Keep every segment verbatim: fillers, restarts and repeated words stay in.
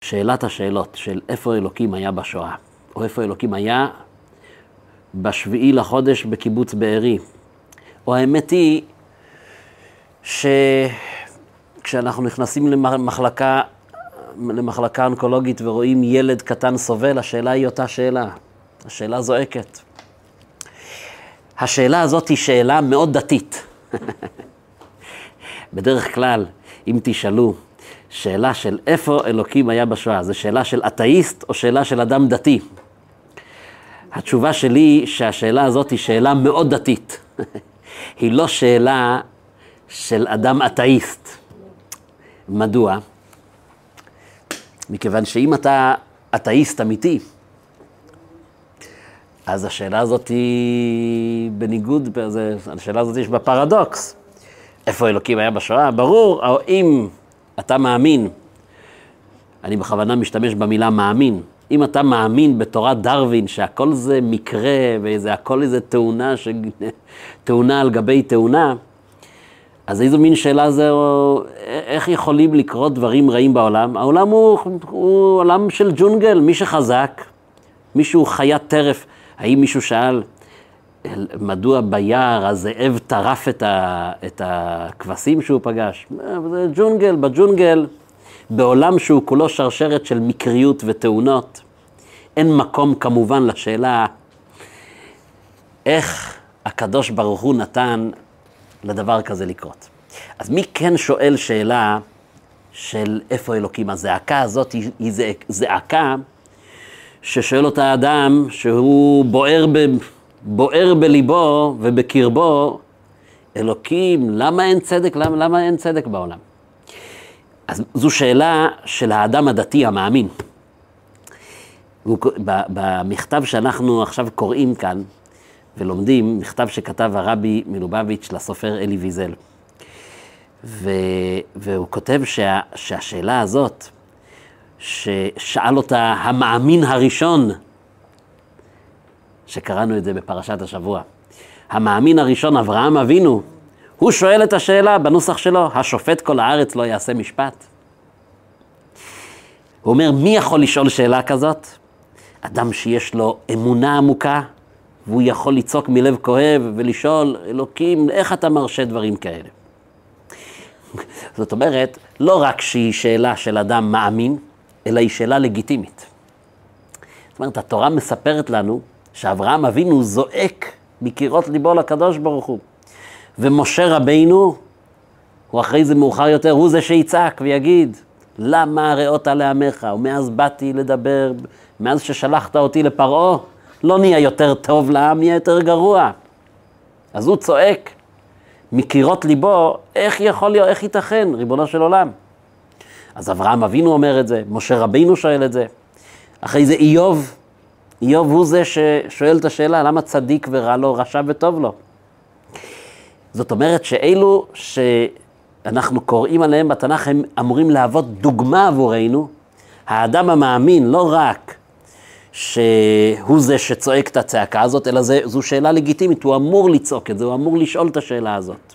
שאלת השאלות של איפה אלוקים היה בשואה, או איפה אלוקים היה בשביעי לחודש בקיבוץ בארי. או האמת היא שכשאנחנו נכנסים למחלקה, למחלקה אונקולוגית ורואים ילד קטן סובל, השאלה היא אותה שאלה. השאלה זועקת. השאלה הזאת היא שאלה מאוד דתית. בדרך כלל, אם תשאלו, שאלה של איפה אלוקים היה בשואה, זה שאלה של אתאיסט או שאלה של אדם דתי? התשובה שלי היא שהשאלה הזאת היא שאלה מאוד דתית. היא לא שאלה של אדם אתאיסט. מדוע? מכיוון שאם אתה אתאיסט אמיתי, אז השאלה הזאת היא בניגוד, השאלה הזאת יש בה פרדוקס. איפה אלוקים היה בשואה? ברור, או אם אתה מאמין, אני בכוונה משתמש במילה מאמין, אם אתה מאמין בתורת דרווין שהכל זה מקרה וזה הכל איזה תאונה, ש... תאונה על גבי תאונה, אז איזו מין שאלה זה, או... איך יכולים לקרות דברים רעים בעולם? העולם הוא, הוא עולם של ג'ונגל, מי שחזק, מישהו חיית טרף. האם מישהו שאל, מדוע ביער הזאב טרף את, ה... את הכבשים שהוא פגש? זה ג'ונגל, בג'ונגל, בעולם שהוא כולו שרשרת של מקריות ותאונות, אין מקום כמובן לשאלה איך הקדוש ברוך הוא נתן לדבר כזה לקרות. אז מי כן שואל שאלה של איפה אלוקים? הזעקה הזאת היא, היא זעקה ששואל אותה האדם שהוא בוער, ב, בוער בליבו ובקרבו, אלוקים, למה אין צדק? למה, למה אין צדק בעולם? אז זו שאלה של האדם הדתי המאמין. במכתב שאנחנו עכשיו קוראים כאן ולומדים, מכתב שכתב הרבי מלובביץ' לסופר אלי ויזל. ו... והוא כותב שה... שהשאלה הזאת, ששאל אותה המאמין הראשון, שקראנו את זה בפרשת השבוע, המאמין הראשון, אברהם אבינו, הוא שואל את השאלה בנוסח שלו, השופט כל הארץ לא יעשה משפט. הוא אומר, מי יכול לשאול שאלה כזאת? אדם שיש לו אמונה עמוקה, והוא יכול לצעוק מלב כואב ולשאול, אלוקים, איך אתה מרשה דברים כאלה? זאת אומרת, לא רק שהיא שאלה של אדם מאמין, אלא היא שאלה לגיטימית. זאת אומרת, התורה מספרת לנו שאברהם אבינו זועק מקירות ליבו לקדוש ברוך הוא. ומשה רבינו, הוא אחרי זה מאוחר יותר, הוא זה שיצעק ויגיד, למה ראות לעמך? ומאז באתי לדבר, מאז ששלחת אותי לפרעה, לא נהיה יותר טוב לעם, נהיה יותר גרוע. אז הוא צועק מקירות ליבו, איך יכול להיות, איך ייתכן, ריבונו של עולם? אז אברהם אבינו אומר את זה, משה רבינו שואל את זה. אחרי זה איוב, איוב הוא זה ששואל את השאלה, למה צדיק ורע לו, רשע וטוב לו? זאת אומרת שאלו שאנחנו קוראים עליהם בתנ"ך, הם אמורים להוות דוגמה עבורנו. האדם המאמין לא רק שהוא זה שצועק את הצעקה הזאת, אלא זה, זו שאלה לגיטימית, הוא אמור לצעוק את זה, הוא אמור לשאול את השאלה הזאת.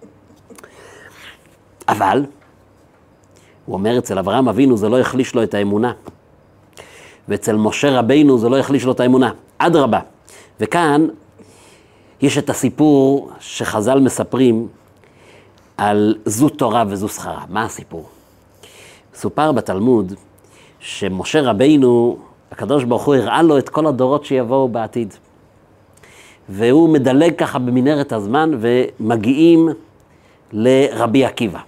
אבל, הוא אומר, אצל אברהם אבינו זה לא יחליש לו את האמונה. ואצל משה רבינו זה לא יחליש לו את האמונה. אדרבה. וכאן יש את הסיפור שחז"ל מספרים על זו תורה וזו שכרה. מה הסיפור? סופר בתלמוד שמשה רבינו, הקדוש ברוך הוא הראה לו את כל הדורות שיבואו בעתיד. והוא מדלג ככה במנהרת הזמן ומגיעים לרבי עקיבא.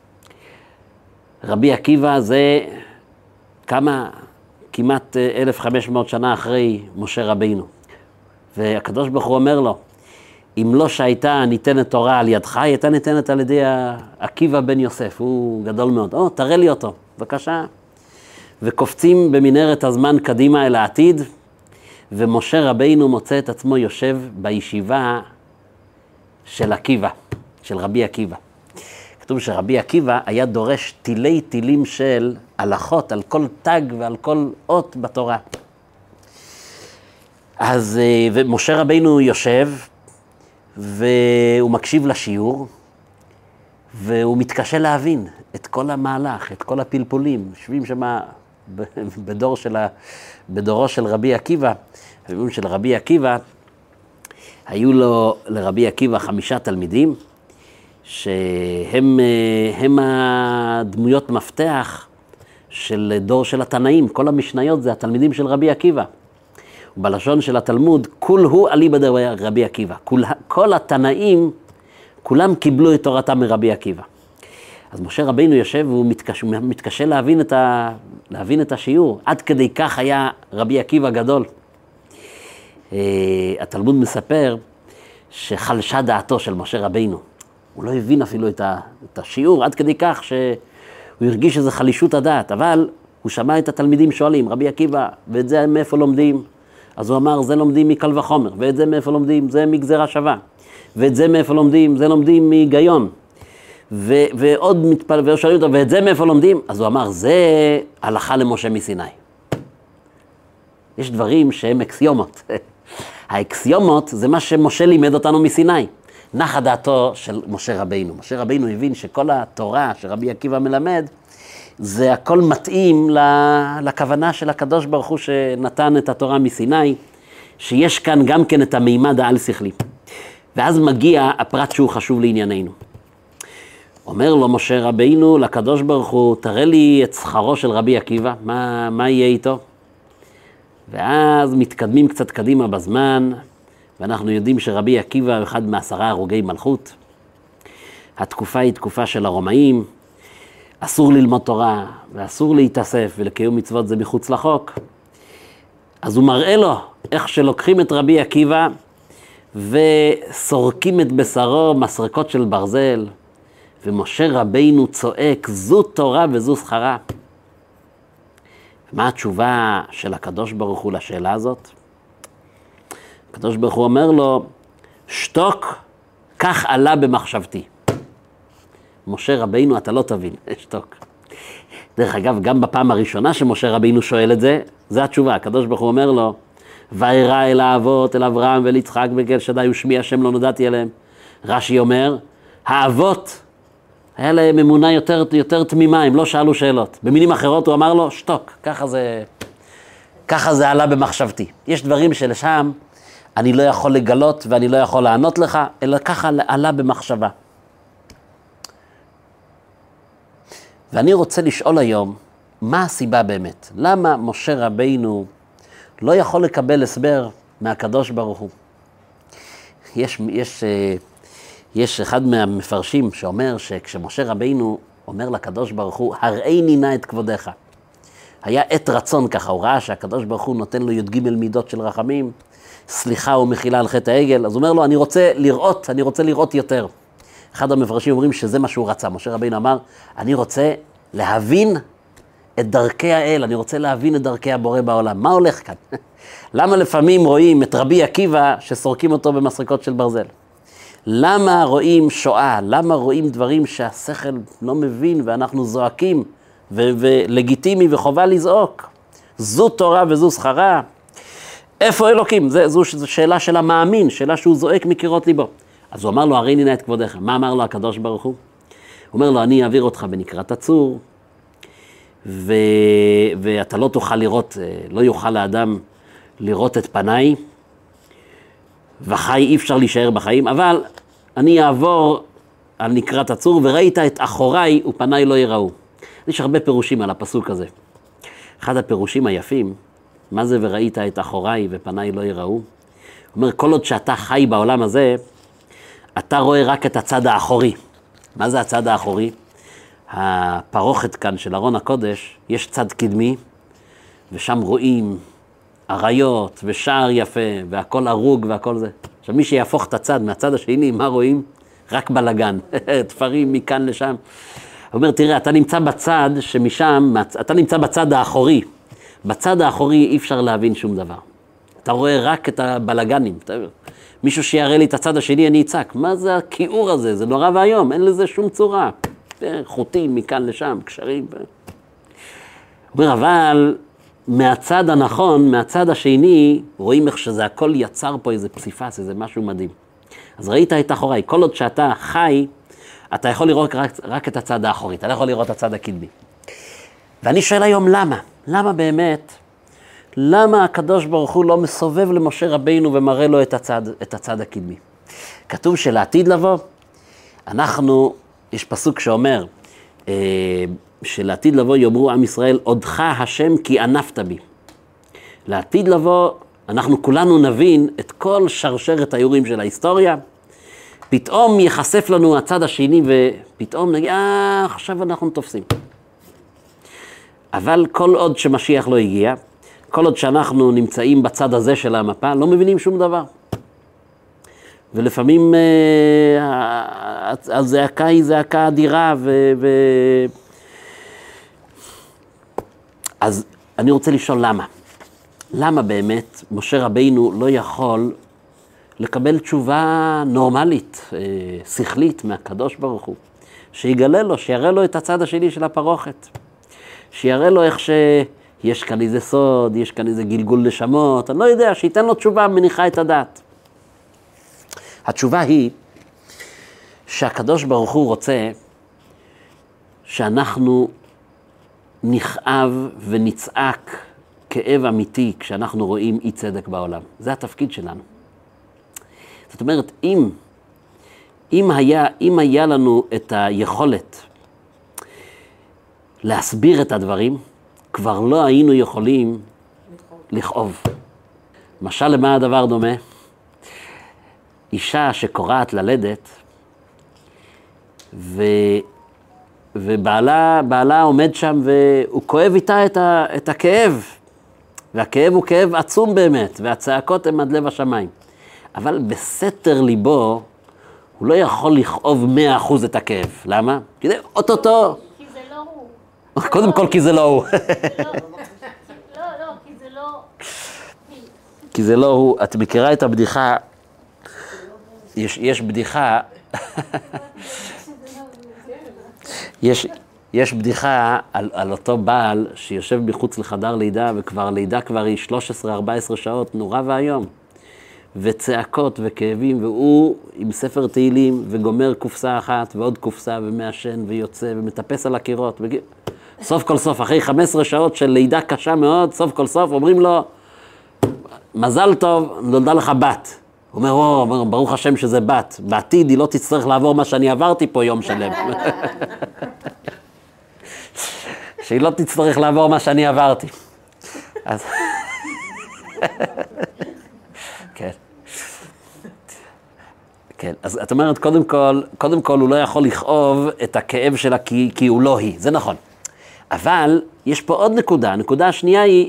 רבי עקיבא זה כמה, כמעט אלף וחמש מאות שנה אחרי משה רבינו. והקדוש ברוך הוא אומר לו, אם לא שהייתה ניתנת תורה על ידך, היא הייתה ניתנת על ידי עקיבא בן יוסף, הוא גדול מאוד. או, תראה לי אותו, בבקשה. וקופצים במנהרת הזמן קדימה אל העתיד, ומשה רבינו מוצא את עצמו יושב בישיבה של עקיבא, של רבי עקיבא. כתוב שרבי עקיבא היה דורש טילי טילים של הלכות על כל תג ועל כל אות בתורה. אז ומשה רבינו יושב, והוא מקשיב לשיעור, והוא מתקשה להבין את כל המהלך, את כל הפלפולים. יושבים שם בדור של ה... בדורו של רבי עקיבא, בימים של רבי עקיבא, היו לו לרבי עקיבא חמישה תלמידים, שהם הם הדמויות מפתח של דור של התנאים. כל המשניות זה התלמידים של רבי עקיבא. ובלשון של התלמוד, כול הוא אליבא דרבי עקיבא. כל, כל התנאים, כולם קיבלו את תורתם מרבי עקיבא. אז משה רבינו יושב והוא מתקשה, מתקשה להבין, את ה, להבין את השיעור. עד כדי כך היה רבי עקיבא גדול. התלמוד מספר שחלשה דעתו של משה רבינו. הוא לא הבין אפילו את, ה, את השיעור, עד כדי כך שהוא הרגיש שזה חלישות הדעת. אבל הוא שמע את התלמידים שואלים, רבי עקיבא, ואת זה מאיפה לומדים? אז הוא אמר, זה לומדים מקל וחומר, ואת זה מאיפה לומדים? זה מגזרה שווה. ואת זה מאיפה לומדים? זה לומדים מהיגיון. ו- ועוד מתפל... ושואלים אותו, ואת זה מאיפה לומדים? אז הוא אמר, זה הלכה למשה מסיני. יש דברים שהם אקסיומות. האקסיומות זה מה שמשה לימד אותנו מסיני. נחה דעתו של משה רבינו. משה רבינו הבין שכל התורה שרבי עקיבא מלמד, זה הכל מתאים לכוונה של הקדוש ברוך הוא שנתן את התורה מסיני, שיש כאן גם כן את המימד העל שכלי. ואז מגיע הפרט שהוא חשוב לענייננו. אומר לו משה רבינו לקדוש ברוך הוא, תראה לי את שכרו של רבי עקיבא, מה, מה יהיה איתו? ואז מתקדמים קצת קדימה בזמן, ואנחנו יודעים שרבי עקיבא הוא אחד מעשרה הרוגי מלכות. התקופה היא תקופה של הרומאים, אסור ללמוד תורה, ואסור להתאסף, ולקיום מצוות זה מחוץ לחוק. אז הוא מראה לו איך שלוקחים את רבי עקיבא, וסורקים את בשרו מסרקות של ברזל, ומשה רבינו צועק, זו תורה וזו שכרה. מה התשובה של הקדוש ברוך הוא לשאלה הזאת? הקדוש ברוך הוא אומר לו, שתוק, כך עלה במחשבתי. משה רבינו, אתה לא תבין, שתוק. דרך אגב, גם בפעם הראשונה שמשה רבינו שואל את זה, זה התשובה. הקדוש ברוך הוא אומר לו, וירא אל האבות, אל אברהם ואל יצחק בגל שדי ושמי השם לא נודעתי עליהם. רש"י אומר, האבות, היה להם אמונה יותר, יותר תמימה, הם לא שאלו שאלות. במילים אחרות הוא אמר לו, שתוק, ככה זה, ככה זה עלה במחשבתי. יש דברים שלשם אני לא יכול לגלות ואני לא יכול לענות לך, אלא ככה עלה במחשבה. ואני רוצה לשאול היום, מה הסיבה באמת? למה משה רבינו לא יכול לקבל הסבר מהקדוש ברוך הוא? יש, יש, יש אחד מהמפרשים שאומר שכשמשה רבינו אומר לקדוש ברוך הוא, הראיני נא את כבודך. היה עת רצון ככה, הוא ראה שהקדוש ברוך הוא נותן לו י"ג מידות של רחמים, סליחה ומחילה על חטא העגל, אז הוא אומר לו, אני רוצה לראות, אני רוצה לראות יותר. אחד המפרשים אומרים שזה מה שהוא רצה. משה רבינו אמר, אני רוצה להבין את דרכי האל, אני רוצה להבין את דרכי הבורא בעולם. מה הולך כאן? למה לפעמים רואים את רבי עקיבא שסורקים אותו במסרקות של ברזל? למה רואים שואה? למה רואים דברים שהשכל לא מבין ואנחנו זועקים ו- ולגיטימי וחובה לזעוק? זו תורה וזו שכרה. איפה אלוקים? זה, זו, זו שאלה של המאמין, שאלה שהוא זועק מקירות ליבו. אז הוא אמר לו, הראיני נא את כבודך. מה אמר לו הקדוש ברוך הוא? הוא אומר לו, אני אעביר אותך בנקרת הצור, ו... ואתה לא תוכל לראות, לא יוכל האדם לראות את פניי, וחי אי אפשר להישאר בחיים, אבל אני אעבור על נקרת הצור, וראית את אחוריי ופניי לא יראו. יש הרבה פירושים על הפסוק הזה. אחד הפירושים היפים, מה זה וראית את אחוריי ופניי לא יראו? הוא אומר, כל עוד שאתה חי בעולם הזה, אתה רואה רק את הצד האחורי. מה זה הצד האחורי? הפרוכת כאן של ארון הקודש, יש צד קדמי, ושם רואים עריות ושער יפה, והכל ארוג והכל זה. עכשיו מי שיהפוך את הצד מהצד השני, מה רואים? רק בלגן, תפרים מכאן לשם. הוא אומר, תראה, אתה נמצא בצד שמשם, אתה נמצא בצד האחורי. בצד האחורי אי אפשר להבין שום דבר. אתה רואה רק את הבלגנים. מישהו שיראה לי את הצד השני, אני אצעק. מה זה הכיעור הזה? זה נורא והיום, אין לזה שום צורה. חוטים מכאן לשם, קשרים. הוא אומר, אבל מהצד הנכון, מהצד השני, רואים איך שזה הכל יצר פה איזה פסיפס, איזה משהו מדהים. אז ראית את אחוריי. כל עוד שאתה חי, אתה יכול לראות רק, רק את הצד האחורי, אתה לא יכול לראות את הצד הקדמי. ואני שואל היום למה? למה באמת, למה הקדוש ברוך הוא לא מסובב למשה רבינו ומראה לו את הצד, את הצד הקדמי? כתוב שלעתיד לבוא, אנחנו, יש פסוק שאומר, אה, שלעתיד לבוא יאמרו עם ישראל, עודך השם כי ענפת בי. לעתיד לבוא, אנחנו כולנו נבין את כל שרשרת האירועים של ההיסטוריה, פתאום יחשף לנו הצד השני ופתאום נגיד, אה, עכשיו אנחנו תופסים. אבל כל עוד שמשיח לא הגיע, כל עוד שאנחנו נמצאים בצד הזה של המפה, לא מבינים שום דבר. ולפעמים אה, הזעקה היא זעקה אדירה ו... ו... אז אני רוצה לשאול למה. למה באמת משה רבינו לא יכול לקבל תשובה נורמלית, אה, שכלית מהקדוש ברוך הוא, שיגלה לו, שיראה לו את הצד השני של הפרוכת, שיראה לו איך שיש כאן איזה סוד, יש כאן איזה גלגול נשמות, אני לא יודע, שייתן לו תשובה מניחה את הדעת. התשובה היא שהקדוש ברוך הוא רוצה שאנחנו נכאב ונצעק כאב אמיתי כשאנחנו רואים אי צדק בעולם. זה התפקיד שלנו. זאת אומרת, אם, אם, היה, אם היה לנו את היכולת להסביר את הדברים, כבר לא היינו יכולים לכאוב. משל למה הדבר דומה? אישה שקורעת ללדת, ו... ובעלה בעלה עומד שם והוא כואב איתה את, ה... את הכאב. והכאב הוא כאב עצום באמת, והצעקות הן עד לב השמיים. אבל בסתר ליבו, הוא לא יכול לכאוב מאה אחוז את הכאב. למה? כי זה אוטוטו. כי זה לא הוא. קודם כל כי זה לא הוא. לא, לא, כי זה לא... כי זה לא הוא. את מכירה את הבדיחה, יש, יש בדיחה, יש, יש בדיחה על, על אותו בעל שיושב מחוץ לחדר לידה, וכבר לידה כבר היא שלוש עשרה ארבע עשרה שעות, נורא והיום. וצעקות וכאבים, והוא עם ספר תהילים וגומר קופסה אחת ועוד קופסה ומעשן ויוצא ומטפס על הקירות. וג... סוף כל סוף, אחרי חמש עשרה שעות של לידה קשה מאוד, סוף כל סוף אומרים לו, מזל טוב, נולדה לך בת. הוא אומר, או, ברוך השם שזה בת. בעתיד היא לא תצטרך לעבור מה שאני עברתי פה יום שלם. שהיא לא תצטרך לעבור מה שאני עברתי. אז... כן. כן, אז את אומרת, קודם כל, קודם כל הוא לא יכול לכאוב את הכאב שלה כי, כי הוא לא היא, זה נכון. אבל יש פה עוד נקודה, הנקודה השנייה היא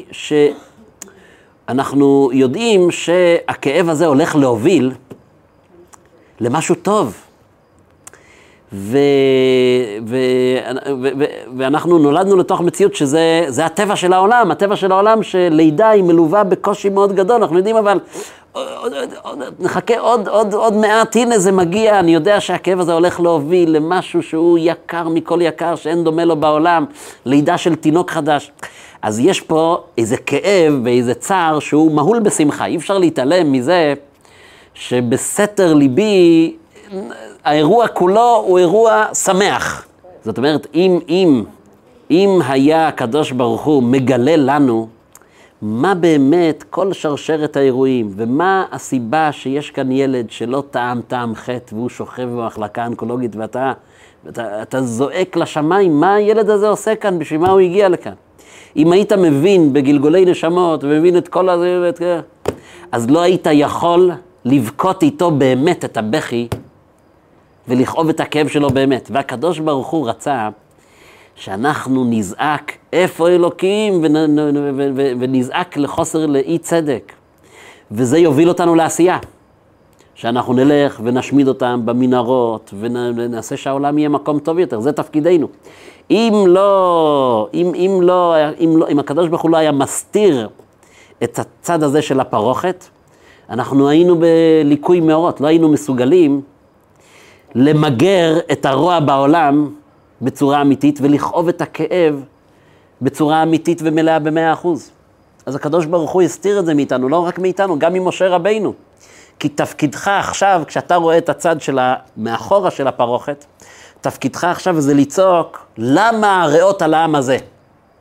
שאנחנו יודעים שהכאב הזה הולך להוביל למשהו טוב. ו... ו... ו... ו... ואנחנו נולדנו לתוך מציאות שזה זה הטבע של העולם, הטבע של העולם שלידה היא מלווה בקושי מאוד גדול, אנחנו יודעים אבל עוד, עוד, עוד, נחכה עוד, עוד, עוד מעט, הנה זה מגיע, אני יודע שהכאב הזה הולך להוביל למשהו שהוא יקר מכל יקר, שאין דומה לו בעולם, לידה של תינוק חדש. אז יש פה איזה כאב ואיזה צער שהוא מהול בשמחה, אי אפשר להתעלם מזה שבסתר ליבי, האירוע כולו הוא אירוע שמח. זאת אומרת, אם, אם, אם היה הקדוש ברוך הוא מגלה לנו מה באמת כל שרשרת האירועים, ומה הסיבה שיש כאן ילד שלא טעם טעם חטא, והוא שוכב במחלקה האונקולוגית, ואתה אתה, אתה זועק לשמיים, מה הילד הזה עושה כאן, בשביל מה הוא הגיע לכאן. אם היית מבין בגלגולי נשמות, ומבין את כל הזה, ואת... אז לא היית יכול לבכות איתו באמת את הבכי, ולכאוב את הכאב שלו באמת. והקדוש ברוך הוא רצה שאנחנו נזעק איפה אלוקים, ונזעק לחוסר לאי צדק. וזה יוביל אותנו לעשייה. שאנחנו נלך ונשמיד אותם במנהרות, ונעשה שהעולם יהיה מקום טוב יותר. זה תפקידנו. אם לא, אם, אם לא, אם לא, אם הקדוש ברוך הוא לא היה מסתיר את הצד הזה של הפרוכת, אנחנו היינו בליקוי מאורות, לא היינו מסוגלים למגר את הרוע בעולם בצורה אמיתית, ולכאוב את הכאב בצורה אמיתית ומלאה במאה אחוז. אז הקדוש ברוך הוא הסתיר את זה מאיתנו, לא רק מאיתנו, גם ממשה רבינו. כי תפקידך עכשיו, כשאתה רואה את הצד של מאחורה של הפרוכת, תפקידך עכשיו זה לצעוק, למה הריאות על העם הזה?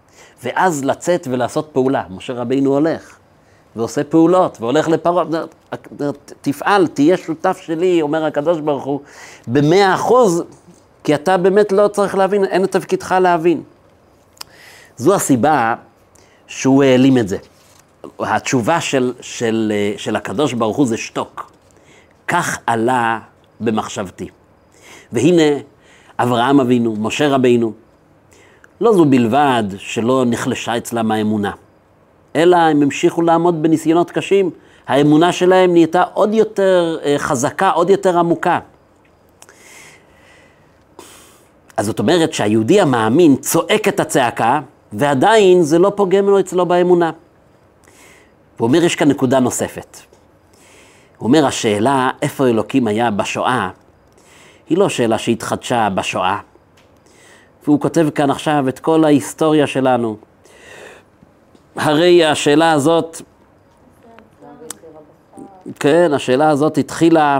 ואז לצאת ולעשות פעולה. משה רבינו הולך ועושה פעולות, והולך לפרעה, תפעל, תהיה שותף שלי, אומר הקדוש ברוך הוא, במאה אחוז, כי אתה באמת לא צריך להבין, אין את תפקידך להבין. זו הסיבה שהוא העלים את זה. התשובה של, של, של הקדוש ברוך הוא זה שתוק. כך עלה במחשבתי. והנה, אברהם אבינו, משה רבינו, לא זו בלבד שלא נחלשה אצלם האמונה, אלא הם המשיכו לעמוד בניסיונות קשים. האמונה שלהם נהייתה עוד יותר חזקה, עוד יותר עמוקה. אז זאת אומרת שהיהודי המאמין צועק את הצעקה, ועדיין זה לא פוגם לו אצלו באמונה. הוא אומר, יש כאן נקודה נוספת. הוא אומר, השאלה איפה אלוקים היה בשואה, היא לא שאלה שהתחדשה בשואה. והוא כותב כאן עכשיו את כל ההיסטוריה שלנו. הרי השאלה הזאת, כן, השאלה הזאת התחילה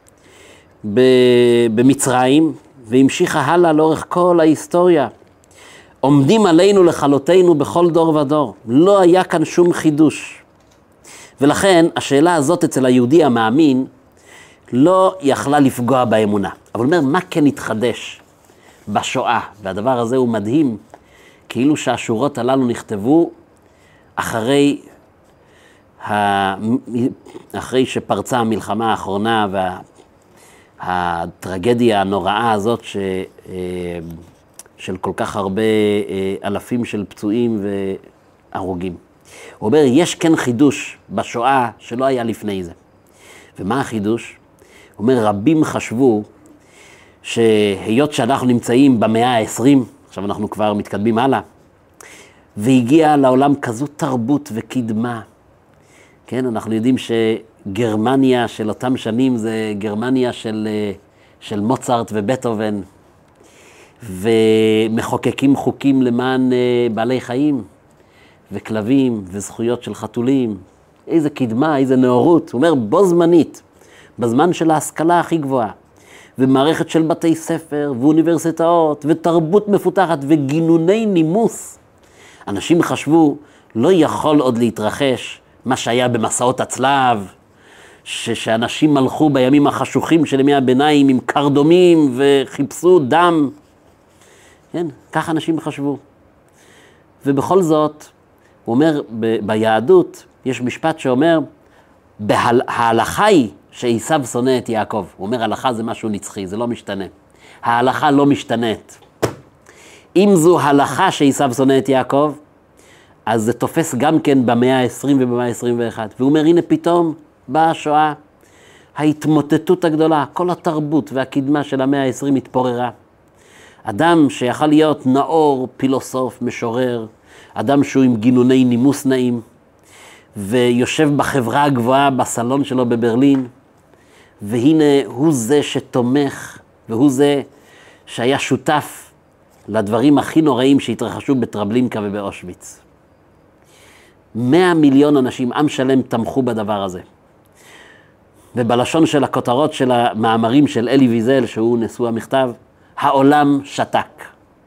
במצרים, והמשיכה הלאה לאורך כל ההיסטוריה. עומדים עלינו לכלותנו בכל דור ודור. לא היה כאן שום חידוש. ולכן השאלה הזאת אצל היהודי המאמין לא יכלה לפגוע באמונה. אבל הוא אומר, מה כן התחדש בשואה? והדבר הזה הוא מדהים, כאילו שהשורות הללו נכתבו אחרי, ה... אחרי שפרצה המלחמה האחרונה והטרגדיה הנוראה הזאת ש... של כל כך הרבה אלפים של פצועים והרוגים. הוא אומר, יש כן חידוש בשואה שלא היה לפני זה. ומה החידוש? הוא אומר, רבים חשבו שהיות שאנחנו נמצאים במאה ה-עשרים, עכשיו אנחנו כבר מתקדמים הלאה, והגיעה לעולם כזו תרבות וקדמה. כן, אנחנו יודעים שגרמניה של אותם שנים זה גרמניה של, של מוצרט ובטהובן, ומחוקקים חוקים למען בעלי חיים, וכלבים, וזכויות של חתולים. איזה קדמה, איזה נאורות. הוא אומר, בו זמנית, בזמן של ההשכלה הכי גבוהה, ומערכת של בתי ספר, ואוניברסיטאות, ותרבות מפותחת, וגינוני נימוס. אנשים חשבו, לא יכול עוד להתרחש מה שהיה במסעות הצלב, ש- שאנשים הלכו בימים החשוכים של ימי הביניים עם קרדומים וחיפשו דם. כן, כך אנשים חשבו. ובכל זאת, הוא אומר, ב- ביהדות יש משפט שאומר, ההלכה היא שעשיו שונא את יעקב. הוא אומר, הלכה זה משהו נצחי, זה לא משתנה. ההלכה לא משתנית. אם זו הלכה שעשיו שונא את יעקב, אז זה תופס גם כן במאה ה-עשרים ובמאה ה-עשרים ואחת. והוא אומר, הנה פתאום באה השואה, ההתמוטטות הגדולה, כל התרבות והקדמה של המאה ה-עשרים התפוררה. אדם שיכל להיות נאור, פילוסוף, משורר, אדם שהוא עם גינוני נימוס נעים, ויושב בחברה הגבוהה בסלון שלו בברלין, והנה הוא זה שתומך, והוא זה שהיה שותף לדברים הכי נוראים שהתרחשו בטרבלינקה ובאושוויץ. מאה מיליון אנשים, עם שלם, תמכו בדבר הזה. ובלשון של הכותרות של המאמרים של אלי ויזל, שהוא נשוא המכתב, העולם שתק.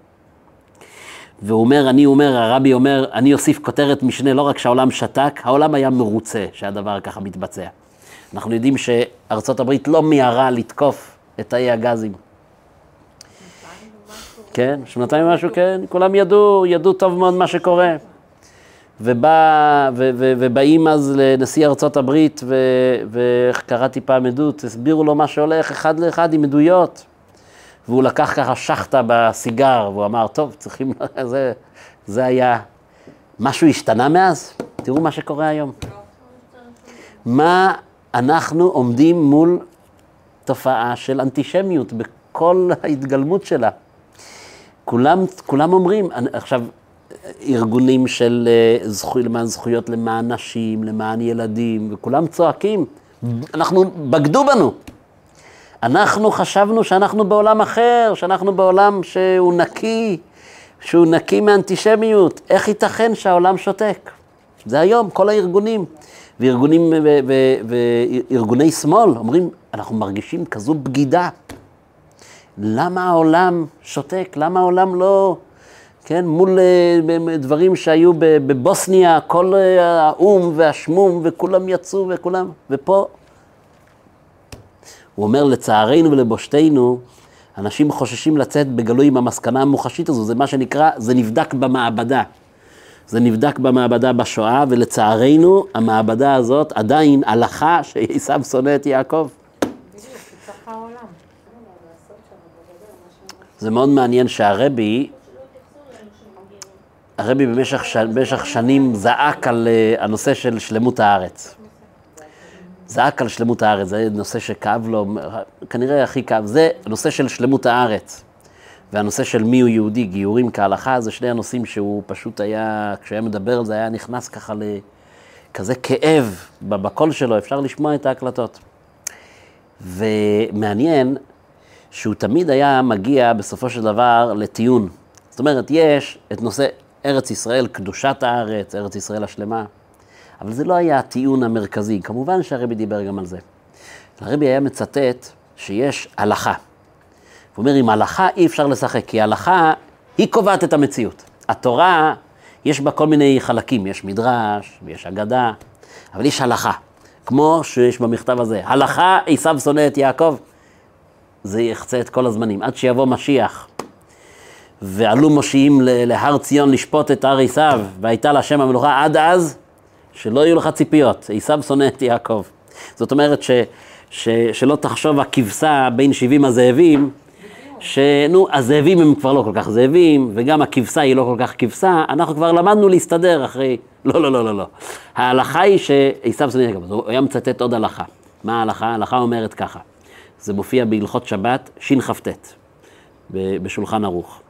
והוא אומר, אני אומר, הרבי אומר, אני אוסיף כותרת משנה, לא רק שהעולם שתק, העולם היה מרוצה שהדבר ככה מתבצע. אנחנו יודעים שארצות הברית לא מיהרה לתקוף את תאי הגזים. כן, שנתיים ומשהו, כן, כולם ידעו, ידעו טוב מאוד מה שקורה. ובא, ו, ו, ובאים אז לנשיא ארצות הברית, ו, וקראתי פעם עדות, הסבירו לו מה שהולך אחד לאחד עם עדויות. והוא לקח ככה שחטה בסיגר, והוא אמר, טוב, צריכים, זה, זה היה, משהו השתנה מאז? תראו מה שקורה היום. מה אנחנו עומדים מול תופעה של אנטישמיות, בכל ההתגלמות שלה. כולם, כולם אומרים, עכשיו, ארגונים של זכויות, למען זכויות למען נשים, למען ילדים, וכולם צועקים, אנחנו, בגדו בנו. אנחנו חשבנו שאנחנו בעולם אחר, שאנחנו בעולם שהוא נקי, שהוא נקי מאנטישמיות. איך ייתכן שהעולם שותק? זה היום, כל הארגונים, וארגונים, ו- ו- וארגוני שמאל, אומרים, אנחנו מרגישים כזו בגידה. למה העולם שותק? למה העולם לא, כן, מול דברים שהיו בבוסניה, כל האום והשמום, וכולם יצאו וכולם, ופה הוא אומר, לצערנו ולבושתנו, אנשים חוששים לצאת בגלוי עם המסקנה המוחשית הזו, זה מה שנקרא, זה נבדק במעבדה. זה נבדק במעבדה בשואה, ולצערנו, המעבדה הזאת עדיין הלכה שעשיו שונא את יעקב. זה מאוד מעניין שהרבי, הרבי במשך, ש... במשך שנים זעק על uh, הנושא של שלמות הארץ. זעק על שלמות הארץ, זה נושא שכאב לו, כנראה הכי כאב, זה הנושא של שלמות הארץ. והנושא של מי הוא יהודי, גיורים כהלכה, זה שני הנושאים שהוא פשוט היה, כשהיה מדבר על זה, היה נכנס ככה לכזה כאב בקול שלו, אפשר לשמוע את ההקלטות. ומעניין שהוא תמיד היה מגיע בסופו של דבר לטיעון. זאת אומרת, יש את נושא ארץ ישראל, קדושת הארץ, ארץ ישראל השלמה, אבל זה לא היה הטיעון המרכזי. כמובן שהרבי דיבר גם על זה. הרבי היה מצטט שיש הלכה. הוא אומר, עם הלכה אי אפשר לשחק, כי ההלכה היא קובעת את המציאות. התורה, יש בה כל מיני חלקים, יש מדרש, ויש אגדה, אבל יש הלכה. כמו שיש במכתב הזה, הלכה עשיו שונא את יעקב, זה יחצה את כל הזמנים, עד שיבוא משיח. ועלו מושיעים להר ציון לשפוט את הר עשיו, והייתה לה שם המלוכה עד אז, שלא יהיו לך ציפיות, עשיו שונא את יעקב. זאת אומרת ש, ש, שלא תחשוב הכבשה בין שבעים הזאבים, שנו, הזאבים הם כבר לא כל כך זאבים, וגם הכבשה היא לא כל כך כבשה, אנחנו כבר למדנו להסתדר אחרי, לא, לא, לא, לא, לא. ההלכה היא שעשיו שונא את יעקב, הוא היה מצטט עוד הלכה. מה ההלכה? ההלכה אומרת ככה, זה מופיע בהלכות שבת, שין חפטט, בשולחן ערוך,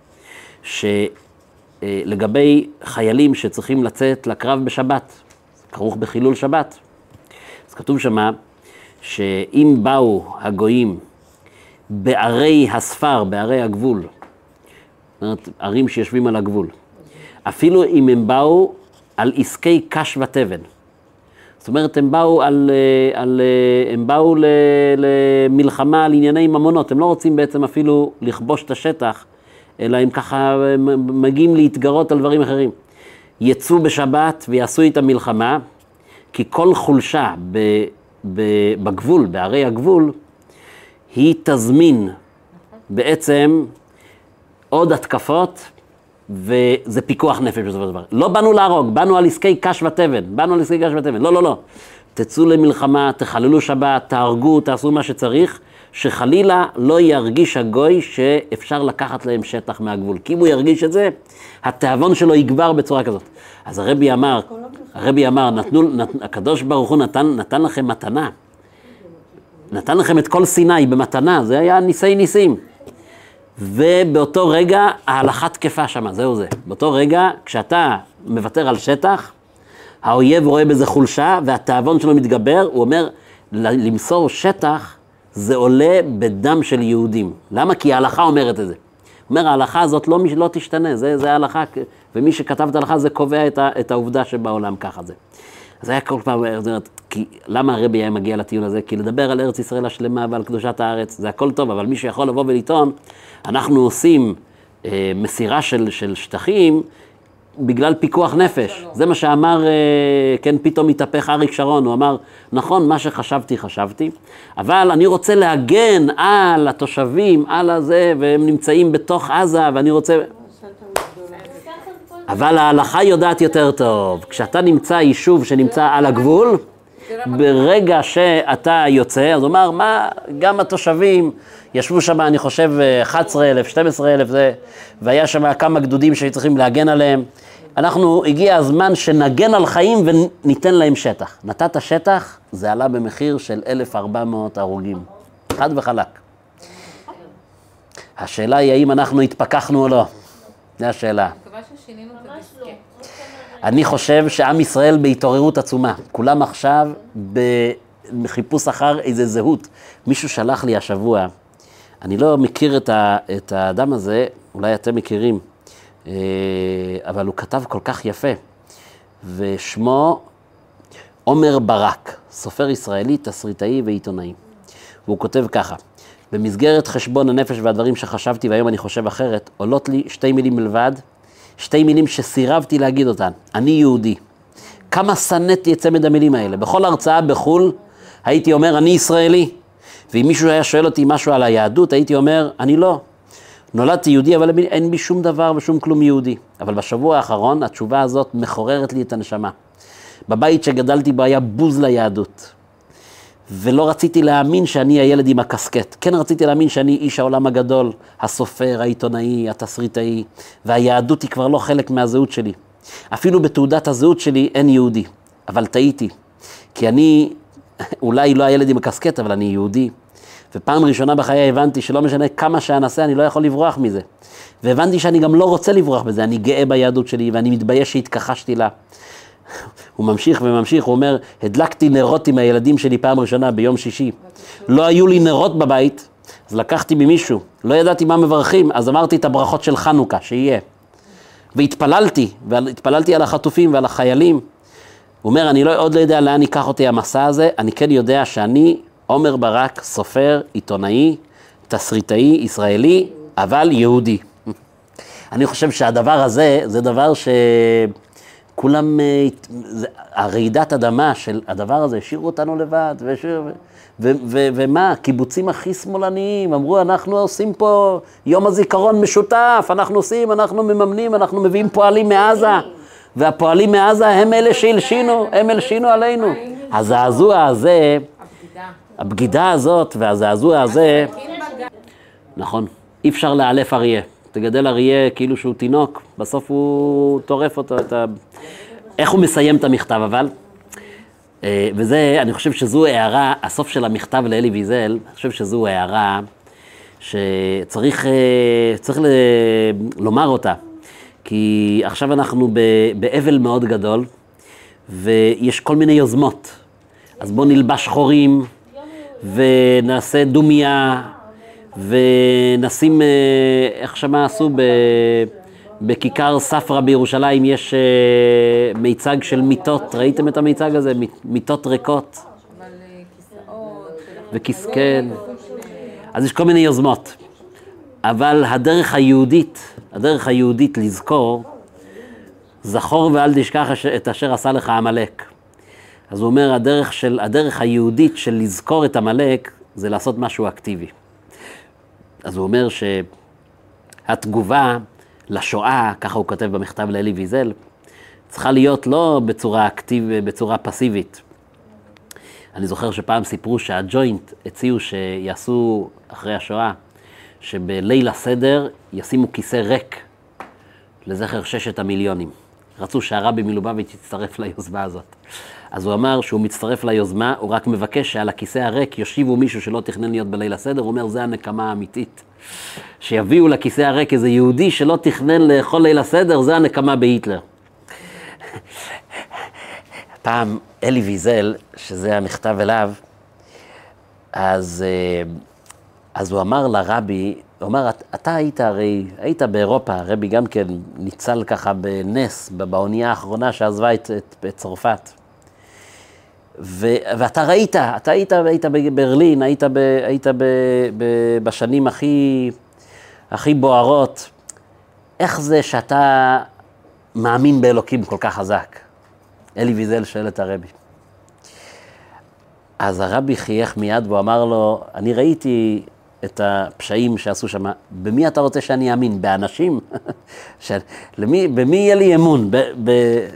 שלגבי חיילים שצריכים לצאת לקרב בשבת, כרוך בחילול שבת, אז כתוב שמה, שאם באו הגויים בערי הספר, בערי הגבול, זאת אומרת, ערים שיושבים על הגבול, אפילו אם הם באו על עסקי קש ותבן, זאת אומרת, הם באו, על, על, הם באו ל, למלחמה על ענייני ממונות, הם לא רוצים בעצם אפילו לכבוש את השטח, אלא הם ככה מגיעים להתגרות על דברים אחרים. יצאו בשבת ויעשו איתם מלחמה, כי כל חולשה ב, ב, בגבול, בערי הגבול, היא תזמין בעצם עוד התקפות, וזה פיקוח נפש בסופו של דבר. לא באנו להרוג, באנו על עסקי קש ותבן, באנו על עסקי קש ותבן, לא, לא, לא. תצאו למלחמה, תחללו שבת, תהרגו, תעשו מה שצריך, שחלילה לא ירגיש הגוי שאפשר לקחת להם שטח מהגבול. כי אם הוא ירגיש את זה, התאבון שלו יגבר בצורה כזאת. אז הרבי אמר, הרבי אמר, נתנו, נת, הקדוש ברוך הוא נתן, נתן לכם מתנה. נתן לכם את כל סיני במתנה, זה היה ניסי ניסים. ובאותו רגע ההלכה תקפה שמה, זהו זה. באותו רגע, כשאתה מוותר על שטח, האויב רואה בזה חולשה, והתאבון שלו מתגבר, הוא אומר, למסור שטח, זה עולה בדם של יהודים. למה? כי ההלכה אומרת את זה. הוא אומר, ההלכה הזאת לא, לא תשתנה, זה, זה ההלכה, ומי שכתב את ההלכה זה קובע את, ה, את העובדה שבעולם ככה זה. אז היה כל פעם, כי, למה הרבי היה מגיע לטיעון הזה? כי לדבר על ארץ ישראל השלמה ועל קדושת הארץ, זה הכל טוב, אבל מי שיכול לבוא ולטעון, אנחנו עושים אה, מסירה של, של שטחים, בגלל פיקוח נפש. זה מה שאמר, כן, פתאום מתהפך אריק שרון, הוא אמר, נכון, מה שחשבתי, חשבתי, אבל אני רוצה להגן על התושבים, על הזה, והם נמצאים בתוך עזה, ואני רוצה... אבל ההלכה יודעת יותר טוב. כשאתה נמצא יישוב שנמצא על הגבול, ברגע שאתה יוצא, אז הוא אמר, מה, גם התושבים ישבו שם, אני חושב, אחת עשרה אלף, שתים עשרה אלף, זה, והיה שם כמה גדודים שצריכים להגן עליהם. אנחנו, הגיע הזמן שנגן על חיים וניתן להם שטח. נתת שטח, זה עלה במחיר של אלף וארבע מאות הרוגים. חד וחלק. השאלה היא האם אנחנו התפכחנו או לא. זו השאלה. אני מקווה ששינינו את הדיסקט. אני חושב שעם ישראל בהתעוררות עצומה. כולם עכשיו בחיפוש אחר איזה זהות. מישהו שלח לי השבוע, אני לא מכיר את, ה, את האדם הזה, אולי אתם מכירים, אבל הוא כתב כל כך יפה. ושמו עומר ברק, סופר ישראלי, תסריטאי ועיתונאי. והוא כותב ככה, במסגרת חשבון הנפש והדברים שחשבתי, והיום אני חושב אחרת, עולות לי שתי מילים מלבד, שתי מילים שסירבתי להגיד אותן. אני יהודי. כמה סנתי את צמד המילים האלה. בכל הרצאה בחול הייתי אומר, אני ישראלי. ואם מישהו היה שואל אותי משהו על היהדות, הייתי אומר, אני לא. נולדתי יהודי, אבל אין בי שום דבר ושום כלום יהודי. אבל בשבוע האחרון, התשובה הזאת מחוררת לי את הנשמה. בבית שגדלתי בו היה בוז ליהדות. ולא רציתי להאמין שאני הילד עם הקסקט. כן רציתי להאמין שאני איש העולם הגדול, הסופר, העיתונאי, התסריטאי, והיהדות היא כבר לא חלק מהזהות שלי. אפילו בתעודת הזהות שלי אין יהודי, אבל טעיתי. כי אני אולי לא הילד עם הקסקט, אבל אני יהודי. ופעם ראשונה בחיי הבנתי שלא משנה כמה שאנסה, אני לא יכול לברוח מזה. והבנתי שאני גם לא רוצה לברוח בזה, אני גאה ביהדות שלי, ואני מתבייש שהתכחשתי לה. הוא ממשיך וממשיך, הוא אומר, הדלקתי נרות עם הילדים שלי פעם ראשונה ביום שישי. לא היו לי נרות בבית, אז לקחתי ממישהו, לא ידעתי מה מברכים, אז אמרתי את הברכות של חנוכה, שיהיה. והתפללתי, והתפללתי על החטופים ועל החיילים. הוא אומר, אני לא, עוד לא יודע לאן ייקח אותי המסע הזה, אני כן יודע שאני עומר ברק, סופר, עיתונאי, תסריטאי, ישראלי, אבל יהודי. אני חושב שהדבר הזה, זה דבר שכולם, הרעידת אדמה של הדבר הזה, השאירו אותנו לבד, ושיר, ו, ו, ו, ומה, קיבוצים הכי שמאלניים, אמרו, אנחנו עושים פה יום הזיכרון משותף, אנחנו עושים, אנחנו מממנים, אנחנו מביאים פועלים מעזה, והפועלים מעזה הם אלה שהלשינו, הם הלשינו עלינו. הזעזוע הזה, הבגידה הזאת והזעזוע הזה, נכון, אי אפשר לאלף אריה. תגדל אריה כאילו שהוא תינוק, בסוף הוא טורף אותו. את ה... איך הוא מסיים את המכתב אבל? וזה, אני חושב שזו הערה, הסוף של המכתב לאלי ויזל, אני חושב שזו הערה שצריך צריך ל... לומר אותה. כי עכשיו אנחנו באבל מאוד גדול, ויש כל מיני יוזמות. אז בואו נלבש שחורים, ונעשה דומיה, ונשים, איך שמה עשו, בכיכר ספרה בירושלים, יש מיצג של מיטות, ראיתם את המיצג הזה? מיטות ריקות. אבל כיסאות. וכיסקן. אז יש כל מיני יוזמות. אבל הדרך היהודית, הדרך היהודית לזכור, זכור ואל תשכח את אשר עשה לך עמלק. אז הוא אומר, הדרך, של, הדרך היהודית של לזכור את עמלק, זה לעשות משהו אקטיבי. אז הוא אומר שהתגובה לשואה, ככה הוא כותב במכתב לאלי ויזל, צריכה להיות לא בצורה אקטיבית, בצורה פסיבית. אני זוכר שפעם סיפרו שהג'וינט הציעו שיעשו אחרי השואה, שבליל הסדר ישימו כיסא ריק לזכר ששת המיליונים. רצו שהרבי מלובביץ' יצטרף ליוזמה הזאת. אז הוא אמר שהוא מצטרף ליוזמה, הוא רק מבקש שעל הכיסא הריק יושיבו מישהו שלא תכנן להיות בליל הסדר, הוא אומר, זה הנקמה האמיתית. שיביאו לכיסא הריק איזה יהודי שלא תכנן לאכול ליל הסדר, זה הנקמה בהיטלר. פעם אלי ויזל, שזה המכתב אליו, אז, אז הוא אמר לרבי, הוא אמר, אתה היית הרי, היית באירופה, הרבי גם כן ניצל ככה בנס, באונייה האחרונה שעזבה את, את, את צרפת. ו, ואתה ראית, אתה היית, היית בברלין, היית, ב, היית ב, ב, בשנים הכי, הכי בוערות. איך זה שאתה מאמין באלוקים כל כך חזק? אלי ויזל שואל את הרבי. אז הרבי חייך מיד והוא אמר לו, אני ראיתי את הפשעים שעשו שם, במי אתה רוצה שאני אאמין? באנשים? למי, במי יהיה לי אמון? ב, ב,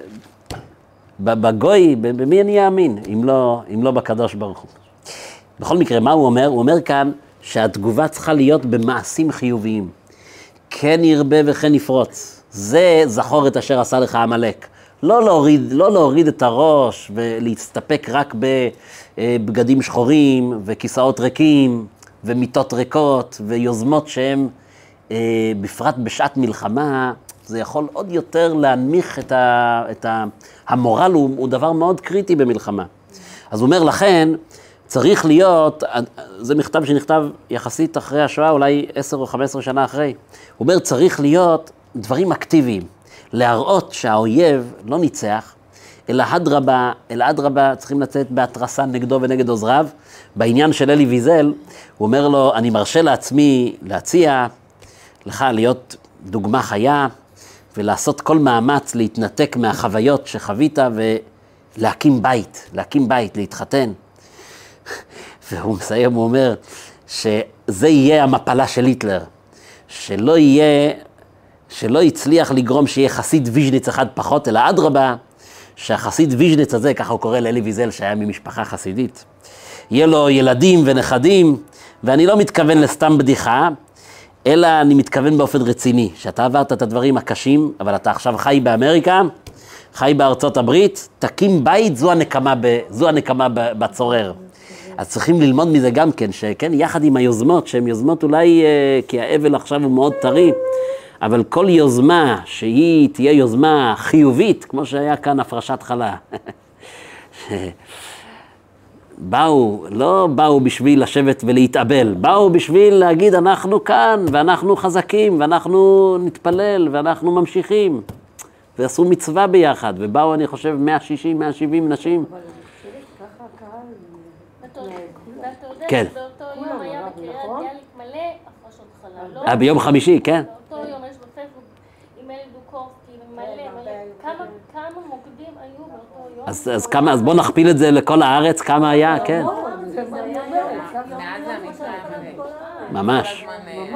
בגוי, במי אני אאמין? אם לא, אם לא בקדוש ברוך הוא. בכל מקרה, מה הוא אומר? הוא אומר כאן שהתגובה צריכה להיות במעשים חיוביים. כן ירבה וכן יפרוץ. זה זכור את אשר עשה לך עמלק. לא להוריד, לא להוריד את הראש ולהסתפק רק בבגדים שחורים וכיסאות ריקים ומיטות ריקות ויוזמות שהן בפרט בשעת מלחמה, זה יכול עוד יותר להנמיך את, ה, את ה, המורל, הוא, הוא דבר מאוד קריטי במלחמה. אז הוא אומר לכן, צריך להיות, זה מכתב שנכתב יחסית אחרי השואה, אולי עשר או חמש עשרה שנה אחרי, הוא אומר צריך להיות דברים אקטיביים, להראות שהאויב לא ניצח, אלא אדרבה, אלא אדרבה צריכים לצאת בהתרסה נגדו ונגד עוזריו. בעניין של אלי ויזל, הוא אומר לו, אני מרשה לעצמי להציע לך להיות דוגמה חיה, ולעשות כל מאמץ להתנתק מהחוויות שחווית ולהקים בית, להקים בית, להתחתן. והוא מסיים, הוא אומר שזה יהיה המפלה של היטלר, שלא יהיה, שלא יצליח לגרום שיהיה חסיד ויז'ניץ אחד פחות, אלא אדרבה, שהחסיד ויז'ניץ הזה, ככה הוא קורא לאלי ויזל שהיה ממשפחה חסידית, יהיה לו ילדים ונכדים, ואני לא מתכוון לסתם בדיחה, אלא אני מתכוון באופן רציני, שאתה עברת את הדברים הקשים, אבל אתה עכשיו חי באמריקה, חי בארצות הברית, תקים בית, זו הנקמה, ב, זו הנקמה בצורר. אז צריכים ללמוד מזה גם כן, שכן, יחד עם היוזמות, שהן יוזמות אולי, כי האבל עכשיו הוא מאוד טרי, אבל כל יוזמה שהיא תהיה יוזמה חיובית, כמו שהיה כאן הפרשת חלה. באו, לא באו בשביל לשבת ולהתאבל, באו בשביל להגיד אנחנו כאן, ואנחנו חזקים, ואנחנו נתפלל, ואנחנו ממשיכים. ועשו מצווה ביחד, ובאו אני חושב מאה שישים, מאה שבעים נשים. ואתה יודע כן. שבאותו יום היה בקריית ביאליק מלא הפרשות חלה, לא? אה, ביום חמישי, כן. באותו יום יש בפייסבוק עם אלי דוקורסקי מלא, מלא. כמה כמה מוקדים היו באותו יום? אז, אז כמה, אז בוא נכפיל את זה לכל הארץ, כמה היה, כן. ממש.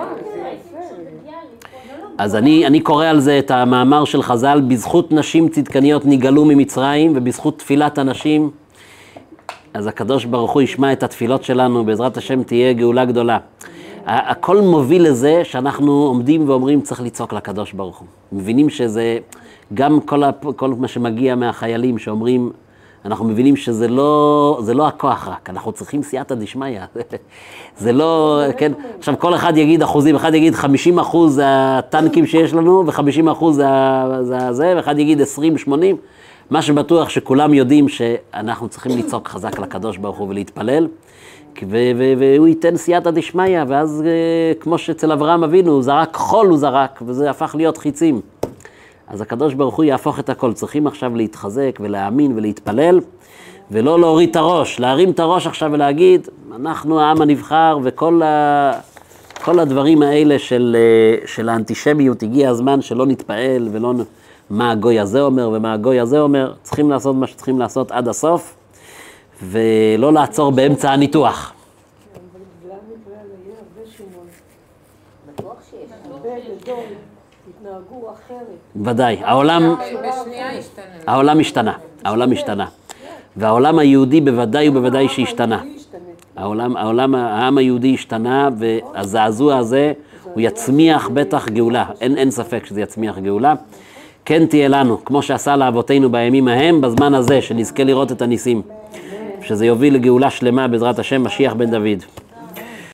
אז אני, אני קורא על זה את המאמר של חז"ל, בזכות נשים צדקניות נגאלו ממצרים, ובזכות תפילת הנשים, אז הקדוש ברוך הוא ישמע את התפילות שלנו, בעזרת השם תהיה גאולה גדולה. הכל מוביל לזה שאנחנו עומדים ואומרים צריך לצעוק לקדוש ברוך הוא. מבינים שזה, גם כל, הפ... כל מה שמגיע מהחיילים שאומרים, אנחנו מבינים שזה לא, זה לא הכוח רק, אנחנו צריכים סייעתא דשמיא. זה לא, כן, עכשיו כל אחד יגיד אחוזים, אחד יגיד חמישים אחוז זה הטנקים שיש לנו, ו-חמישים אחוז זה, זה, זה, ואחד יגיד עשרים, שמונים. מה שבטוח שכולם יודעים שאנחנו צריכים לצעוק חזק לקדוש ברוך הוא ולהתפלל, והוא ייתן סייעתא דשמיא, ואז כמו שאצל אברהם אבינו, הוא זרק חול, הוא זרק, וזה הפך להיות חיצים. אז הקדוש ברוך הוא יהפוך את הכל. צריכים עכשיו להתחזק ולהאמין ולהתפלל, ולא להוריד את הראש, להרים את הראש עכשיו ולהגיד, אנחנו העם הנבחר, וכל ה... כל הדברים האלה של, של האנטישמיות, הגיע הזמן שלא נתפעל, ולא מה הגוי הזה אומר ומה הגוי הזה אומר. צריכים לעשות מה שצריכים לעשות עד הסוף, ולא לעצור באמצע הניתוח. התנהגו אחרת. ודאי, העולם, בשנייה השתנה. העולם השתנה, העולם השתנה. והעולם היהודי בוודאי ובוודאי שהשתנה. העולם, העולם, העם היהודי השתנה, והזעזוע הזה הוא יצמיח בטח גאולה. אין, אין ספק שזה יצמיח גאולה. כן תהיה לנו, כמו שעשה לאבותינו בימים ההם, בזמן הזה, שנזכה לראות את הניסים. שזה יוביל לגאולה שלמה בעזרת השם, משיח בן דוד.